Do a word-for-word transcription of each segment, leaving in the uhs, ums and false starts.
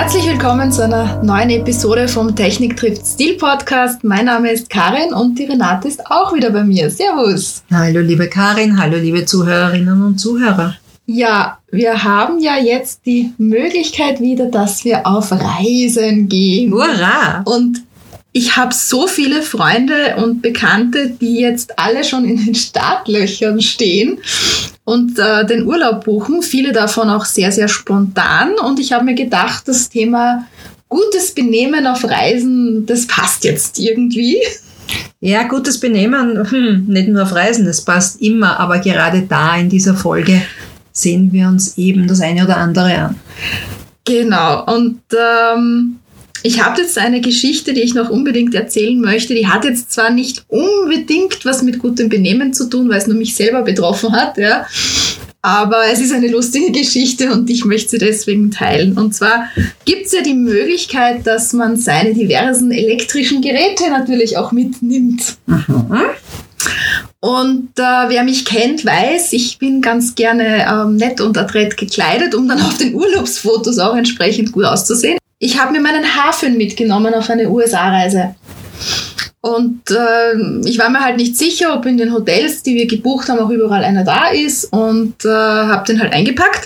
Herzlich willkommen zu einer neuen Episode vom Technik trifft Stil Podcast. Mein Name ist Karin und die Renate ist auch wieder bei mir. Servus. Hallo liebe Karin, hallo liebe Zuhörerinnen und Zuhörer. Ja, wir haben ja jetzt die Möglichkeit wieder, dass wir auf Reisen gehen. Hurra! Und ich habe so viele Freunde und Bekannte, die jetzt alle schon in den Startlöchern stehen und äh, den Urlaub buchen. Viele davon auch sehr, sehr spontan. Und ich habe mir gedacht, das Thema gutes Benehmen auf Reisen, das passt jetzt irgendwie. Ja, gutes Benehmen, hm, nicht nur auf Reisen, das passt immer, aber gerade da in dieser Folge sehen wir uns eben das eine oder andere an. Genau, und ähm, ich habe jetzt eine Geschichte, die ich noch unbedingt erzählen möchte. Die hat jetzt zwar nicht unbedingt was mit gutem Benehmen zu tun, weil es nur mich selber betroffen hat, ja, aber es ist eine lustige Geschichte und ich möchte sie deswegen teilen. Und zwar gibt es ja die Möglichkeit, dass man seine diversen elektrischen Geräte natürlich auch mitnimmt. Mhm. Und äh, wer mich kennt, weiß, ich bin ganz gerne ähm, nett und adrett gekleidet, um dann auf den Urlaubsfotos auch entsprechend gut auszusehen. Ich habe mir meinen Haarföhn mitgenommen auf eine U S A-Reise. Und äh, ich war mir halt nicht sicher, ob in den Hotels, die wir gebucht haben, auch überall einer da ist und äh, habe den halt eingepackt.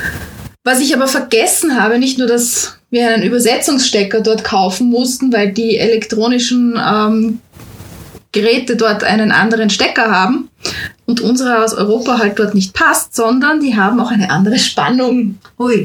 Was ich aber vergessen habe, nicht nur, dass wir einen Übersetzungsstecker dort kaufen mussten, weil die elektronischen ähm, Geräte dort einen anderen Stecker haben und unsere aus Europa halt dort nicht passt, sondern die haben auch eine andere Spannung. Hui.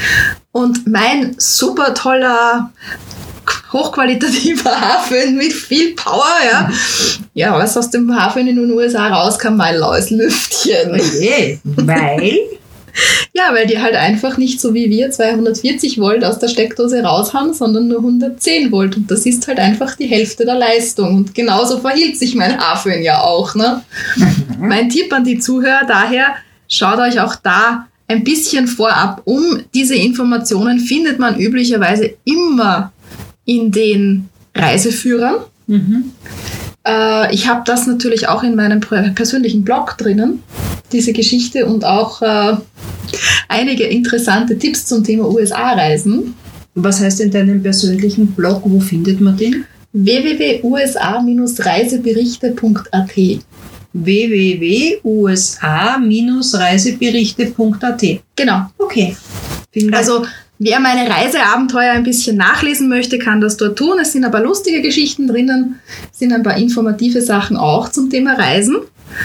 Und mein super toller, hochqualitativer Haarföhn mit viel Power, ja. Ja, was aus dem Haarföhn in den U S A rauskam, mein laues Lüftchen. Okay, weil? Ja, weil die halt einfach nicht so wie wir zweihundertvierzig Volt aus der Steckdose raus haben, sondern nur hundertzehn Volt. Und das ist halt einfach die Hälfte der Leistung. Und genauso verhielt sich mein Haarföhn ja auch, ne? Mhm. Mein Tipp an die Zuhörer daher, schaut euch auch da ein bisschen vorab um. Diese Informationen findet man üblicherweise immer in den Reiseführern. Mhm. Äh, ich habe das natürlich auch in meinem persönlichen Blog drinnen, diese Geschichte, und auch äh, einige interessante Tipps zum Thema U S A-Reisen. Was heißt in deinem persönlichen Blog? Wo findet man den? w w w punkt u s a Bindestrich reiseberichte punkt a t w w w punkt u s a Bindestrich reiseberichte punkt a t Genau. Okay. Vielen Dank. Also, wer meine Reiseabenteuer ein bisschen nachlesen möchte, kann das dort tun. Es sind aber lustige Geschichten drinnen, es sind ein paar informative Sachen auch zum Thema Reisen.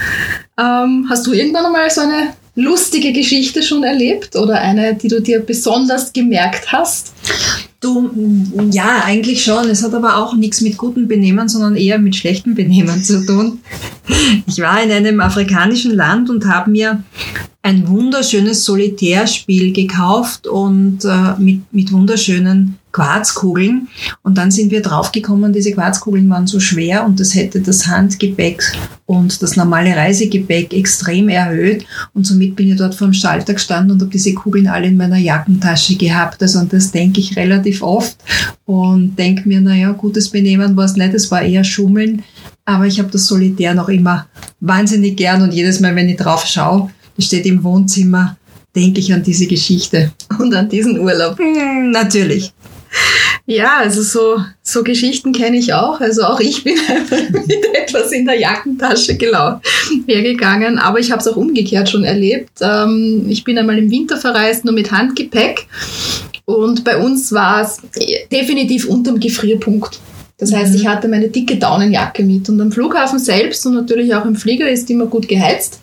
Ähm, hast du irgendwann einmal so eine lustige Geschichte schon erlebt oder eine, die du dir besonders gemerkt hast? Du, ja, eigentlich schon. Es hat aber auch nichts mit gutem Benehmen, sondern eher mit schlechtem Benehmen zu tun. Ich war in einem afrikanischen Land und habe mir ein wunderschönes Solitärspiel gekauft und äh, mit, mit wunderschönen Quarzkugeln. Und dann sind wir draufgekommen, diese Quarzkugeln waren so schwer und das hätte das Handgepäck und das normale Reisegepäck extrem erhöht. Und somit bin ich dort vor dem Schalter gestanden und habe diese Kugeln alle in meiner Jackentasche gehabt. Also, und das denke ich relativ oft und denke mir, naja, gutes Benehmen war es nicht, es war eher Schummeln. Aber ich habe das Solitär noch immer wahnsinnig gern und jedes Mal, wenn ich drauf schaue, das steht im Wohnzimmer, denke ich an diese Geschichte. Und an diesen Urlaub. Hm, natürlich. Ja, also so, so Geschichten kenne ich auch. Also auch ich bin einfach mit etwas in der Jackentasche gelau- hergegangen. Aber ich habe es auch umgekehrt schon erlebt. Ähm, ich bin einmal im Winter verreist, nur mit Handgepäck. Und bei uns war es definitiv unterm Gefrierpunkt. Das heißt, ich hatte meine dicke Daunenjacke mit. Und am Flughafen selbst und natürlich auch im Flieger ist immer gut geheizt.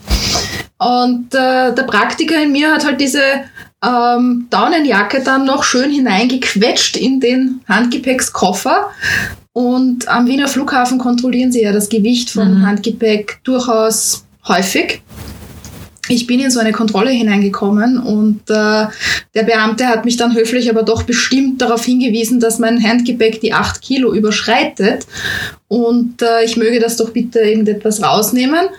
Und äh, der Praktiker in mir hat halt diese ähm, Daunenjacke dann noch schön hineingequetscht in den Handgepäckskoffer. Und am Wiener Flughafen kontrollieren sie ja das Gewicht von mhm. Handgepäck durchaus häufig. Ich bin in so eine Kontrolle hineingekommen und äh, der Beamte hat mich dann höflich, aber doch bestimmt darauf hingewiesen, dass mein Handgepäck die acht Kilo überschreitet und äh, ich möge das doch bitte irgendetwas rausnehmen.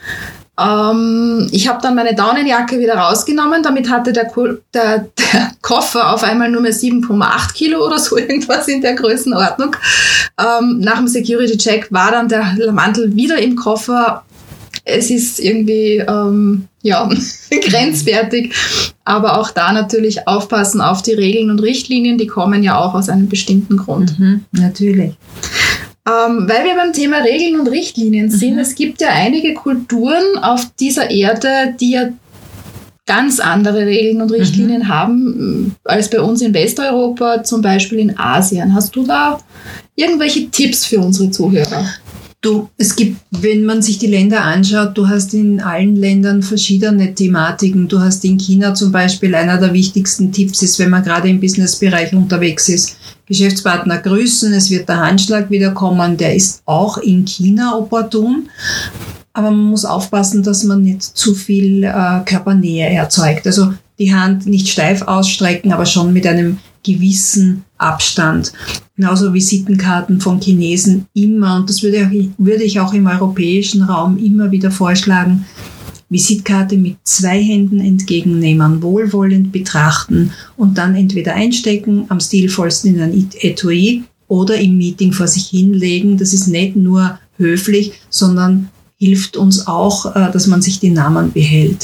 Ähm, ich habe dann meine Daunenjacke wieder rausgenommen, damit hatte der, der, der Koffer auf einmal nur mehr sieben Komma acht Kilo oder so, irgendwas in der Größenordnung. Ähm, nach dem Security-Check war dann der Mantel wieder im Koffer. es ist irgendwie ähm, ja, grenzwertig. Aber auch da natürlich aufpassen auf die Regeln und Richtlinien, die kommen ja auch aus einem bestimmten Grund. Mhm, natürlich. Ähm, weil wir beim Thema Regeln und Richtlinien sind, mhm. es gibt ja einige Kulturen auf dieser Erde, die ja ganz andere Regeln und Richtlinien mhm. haben als bei uns in Westeuropa, zum Beispiel in Asien. Hast du da irgendwelche Tipps für unsere Zuhörer? Du, es gibt, wenn man sich die Länder anschaut, du hast in allen Ländern verschiedene Thematiken. Du hast in China zum Beispiel, einer der wichtigsten Tipps ist, wenn man gerade im Businessbereich unterwegs ist, Geschäftspartner grüßen, es wird der Handschlag wieder kommen, der ist auch in China opportun. Aber man muss aufpassen, dass man nicht zu viel äh, Körpernähe erzeugt. Also die Hand nicht steif ausstrecken, aber schon mit einem gewissen Abstand. Genauso Visitenkarten von Chinesen immer, und das würde, auch, würde ich auch im europäischen Raum immer wieder vorschlagen, Visitkarte mit zwei Händen entgegennehmen, wohlwollend betrachten und dann entweder einstecken, am stilvollsten in ein Etui oder im Meeting vor sich hinlegen. Das ist nicht nur höflich, sondern hilft uns auch, dass man sich die Namen behält.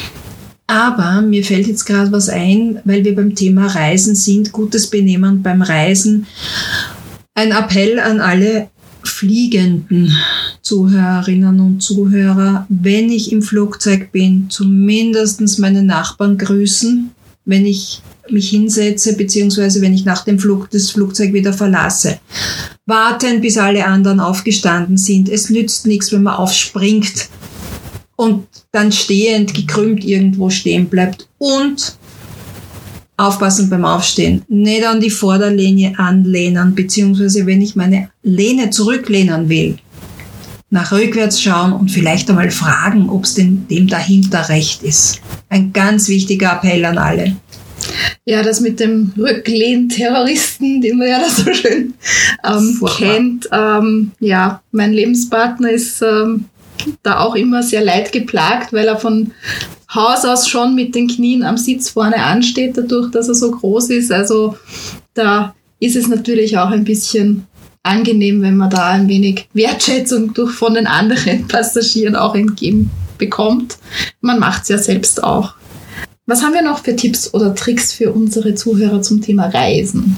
Aber mir fällt jetzt gerade was ein, weil wir beim Thema Reisen sind, gutes Benehmen beim Reisen. Ein Appell an alle fliegenden Zuhörerinnen und Zuhörer, wenn ich im Flugzeug bin, zumindest meine Nachbarn grüßen, wenn ich mich hinsetze, beziehungsweise wenn ich nach dem Flug das Flugzeug wieder verlasse. Warten, bis alle anderen aufgestanden sind. Es nützt nichts, wenn man aufspringt und dann stehend, gekrümmt irgendwo stehen bleibt. Und aufpassen beim Aufstehen. Nicht an die Vorderlinie anlehnen, beziehungsweise wenn ich meine Lehne zurücklehnen will, nach rückwärts schauen und vielleicht einmal fragen, ob es dem dahinter recht ist. Ein ganz wichtiger Appell an alle. Ja, das mit dem Rücklehn-Terroristen, den man ja da so schön ähm, kennt. Ähm, ja, mein Lebenspartner ist ähm, da auch immer sehr leidgeplagt, weil er von Haus aus schon mit den Knien am Sitz vorne ansteht, dadurch, dass er so groß ist. Also da ist es natürlich auch ein bisschen angenehm, wenn man da ein wenig Wertschätzung durch von den anderen Passagieren auch entgegen bekommt. Man macht es ja selbst auch. Was haben wir noch für Tipps oder Tricks für unsere Zuhörer zum Thema Reisen?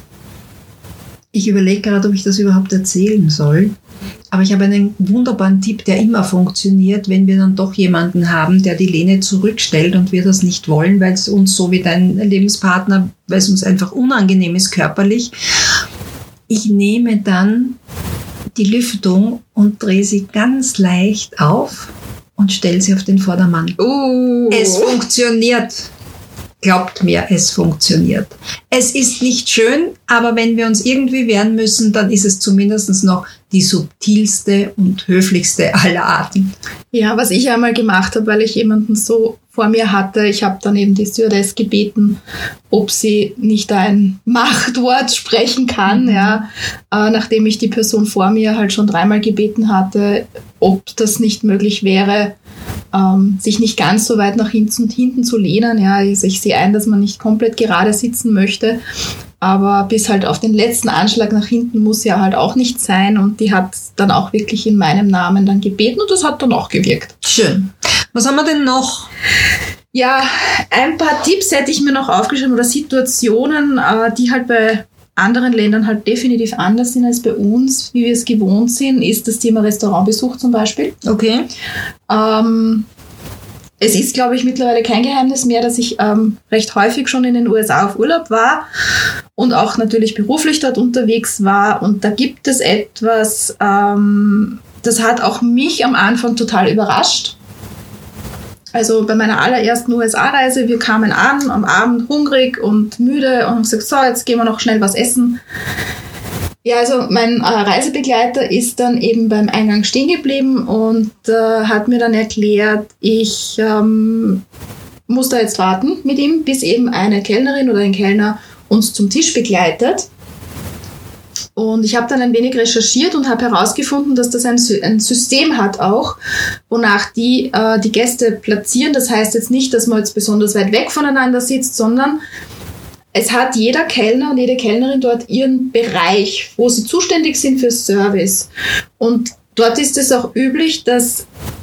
Ich überlege gerade, ob ich das überhaupt erzählen soll. Aber ich habe einen wunderbaren Tipp, der immer funktioniert, wenn wir dann doch jemanden haben, der die Lehne zurückstellt und wir das nicht wollen, weil es uns so wie dein Lebenspartner, weil es uns einfach unangenehm ist körperlich. Ich nehme dann die Lüftung und drehe sie ganz leicht auf und stelle sie auf den Vordermann. Uh. Es funktioniert. Glaubt mir, es funktioniert. Es ist nicht schön, aber wenn wir uns irgendwie wehren müssen, dann ist es zumindest noch die subtilste und höflichste aller Arten. Ja, was ich einmal gemacht habe, weil ich jemanden so vor mir hatte, ich habe dann eben die Stewardess gebeten, ob sie nicht ein Machtwort sprechen kann, mhm. ja, äh, nachdem ich die Person vor mir halt schon dreimal gebeten hatte, ob das nicht möglich wäre, ähm, sich nicht ganz so weit nach hinten, hinten zu lehnen. Ja, also ich sehe ein, dass man nicht komplett gerade sitzen möchte, aber bis halt auf den letzten Anschlag nach hinten muss ja halt auch nicht sein, und die hat dann auch wirklich in meinem Namen dann gebeten und das hat dann auch gewirkt. Schön. Was haben wir denn noch? Ja, ein paar Tipps hätte ich mir noch aufgeschrieben oder Situationen, die halt bei anderen Ländern halt definitiv anders sind als bei uns, wie wir es gewohnt sind, ist das Thema Restaurantbesuch zum Beispiel. Okay. Ähm, es ist, glaube ich, mittlerweile kein Geheimnis mehr, dass ich ähm, recht häufig schon in den U S A auf Urlaub war und auch natürlich beruflich dort unterwegs war. Und da gibt es etwas, ähm, das hat auch mich am Anfang total überrascht. Also bei meiner allerersten U S A-Reise, wir kamen an, am Abend hungrig und müde und haben gesagt, so, jetzt gehen wir noch schnell was essen. Ja, also mein äh, Reisebegleiter ist dann eben beim Eingang stehen geblieben und äh, hat mir dann erklärt, ich ähm, muss da jetzt warten mit ihm, bis eben eine Kellnerin oder ein Kellner uns zum Tisch begleitet. Und ich habe dann ein wenig recherchiert und habe herausgefunden, dass das ein, ein System hat auch, wonach die äh, die Gäste platzieren. Das heißt jetzt nicht, dass man jetzt besonders weit weg voneinander sitzt, sondern es hat jeder Kellner und jede Kellnerin dort ihren Bereich, wo sie zuständig sind für Service. Und dort ist es auch üblich, dass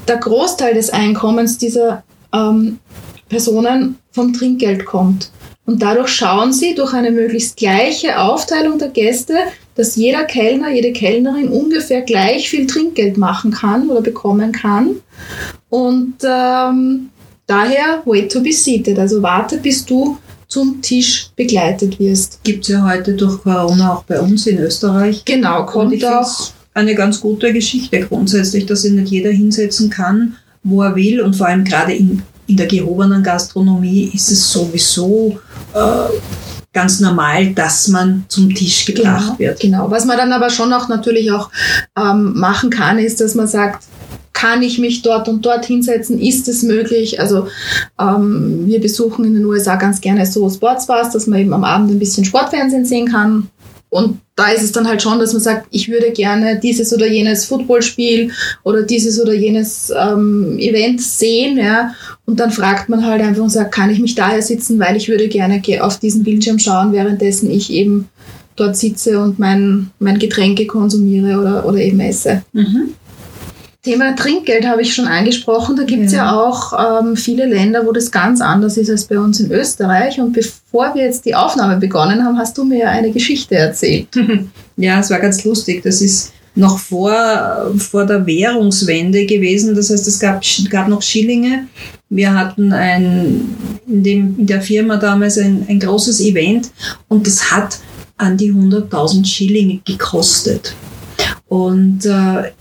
der Großteil des Einkommens dieser ähm, Personen vom Trinkgeld kommt. Und dadurch schauen sie durch eine möglichst gleiche Aufteilung der Gäste, dass jeder Kellner, jede Kellnerin ungefähr gleich viel Trinkgeld machen kann oder bekommen kann. Und ähm, daher wait to be seated, also warte, bis du zum Tisch begleitet wirst. Gibt es ja heute durch Corona auch bei uns in Österreich. Genau, kommt ich auch. Eine ganz gute Geschichte grundsätzlich, dass sich nicht jeder hinsetzen kann, wo er will. Und vor allem gerade in, in der gehobenen Gastronomie ist es sowieso äh, ganz normal, dass man zum Tisch gebracht genau, wird. Genau, was man dann aber schon auch natürlich auch ähm, machen kann, ist, dass man sagt, kann ich mich dort und dort hinsetzen? Ist es möglich? Also ähm, wir besuchen in den U S A ganz gerne so Sportsbars, dass man eben am Abend ein bisschen Sportfernsehen sehen kann. Und da ist es dann halt schon, dass man sagt, ich würde gerne dieses oder jenes Footballspiel oder dieses oder jenes ähm, Event sehen. Ja? Und dann fragt man halt einfach und sagt, kann ich mich daher sitzen, weil ich würde gerne auf diesen Bildschirm schauen, währenddessen ich eben dort sitze und mein, mein Getränke konsumiere oder, oder eben esse. Mhm. Thema Trinkgeld habe ich schon angesprochen. Da gibt es ja. ja auch ähm, viele Länder, wo das ganz anders ist als bei uns in Österreich. Und bevor wir jetzt die Aufnahme begonnen haben, hast du mir eine Geschichte erzählt. Ja, es war ganz lustig. Das ist noch vor, vor der Währungswende gewesen. Das heißt, es gab, gab noch Schillinge. Wir hatten ein, in, dem, in der Firma damals ein, ein großes Event und das hat an die hunderttausend Schillinge gekostet. Und äh,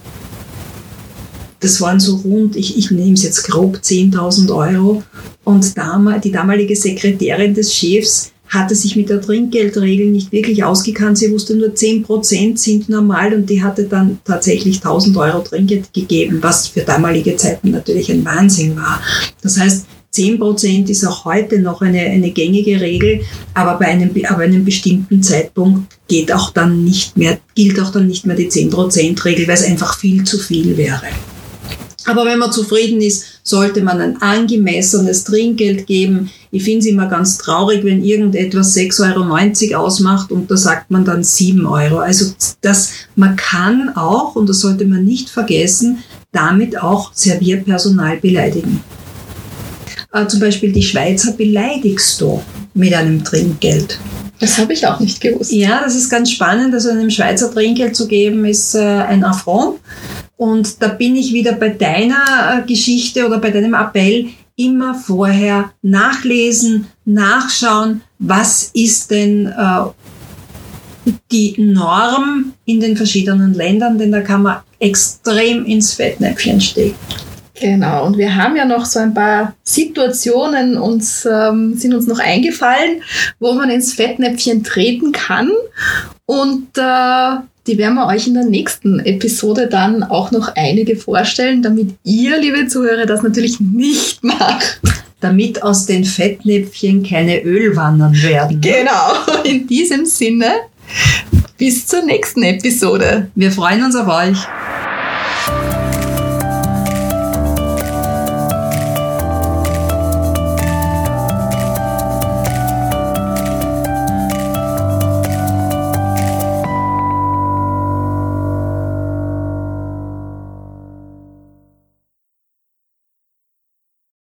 das waren so rund, ich, ich nehme es jetzt grob, zehntausend Euro. Und damal, die damalige Sekretärin des Chefs hatte sich mit der Trinkgeldregel nicht wirklich ausgekannt. Sie wusste nur, zehn Prozent sind normal und die hatte dann tatsächlich tausend Euro Trinkgeld gegeben, was für damalige Zeiten natürlich ein Wahnsinn war. Das heißt, zehn Prozent ist auch heute noch eine, eine gängige Regel, aber bei einem, aber einem bestimmten Zeitpunkt geht auch dann nicht mehr, gilt auch dann nicht mehr die zehn Prozent Regel, weil es einfach viel zu viel wäre. Aber wenn man zufrieden ist, sollte man ein angemessenes Trinkgeld geben. Ich finde es immer ganz traurig, wenn irgendetwas sechs Euro neunzig ausmacht und da sagt man dann sieben Euro. Also das, man kann auch, und das sollte man nicht vergessen, damit auch Servierpersonal beleidigen. Äh, zum Beispiel die Schweizer beleidigst du mit einem Trinkgeld. Das habe ich auch nicht gewusst. Ja, das ist ganz spannend. Also einem Schweizer Trinkgeld zu geben, ist äh, ein Affront. Und da bin ich wieder bei deiner äh, Geschichte oder bei deinem Appell, immer vorher nachlesen, nachschauen, was ist denn äh, die Norm in den verschiedenen Ländern, denn da kann man extrem ins Fettnäpfchen stecken. Genau, und wir haben ja noch so ein paar Situationen, uns, ähm, sind uns noch eingefallen, wo man ins Fettnäpfchen treten kann. Und äh, die werden wir euch in der nächsten Episode dann auch noch einige vorstellen, damit ihr, liebe Zuhörer, das natürlich nicht macht. Damit aus den Fettnäpfchen keine Ölwannen werden. Genau, in diesem Sinne, bis zur nächsten Episode. Wir freuen uns auf euch.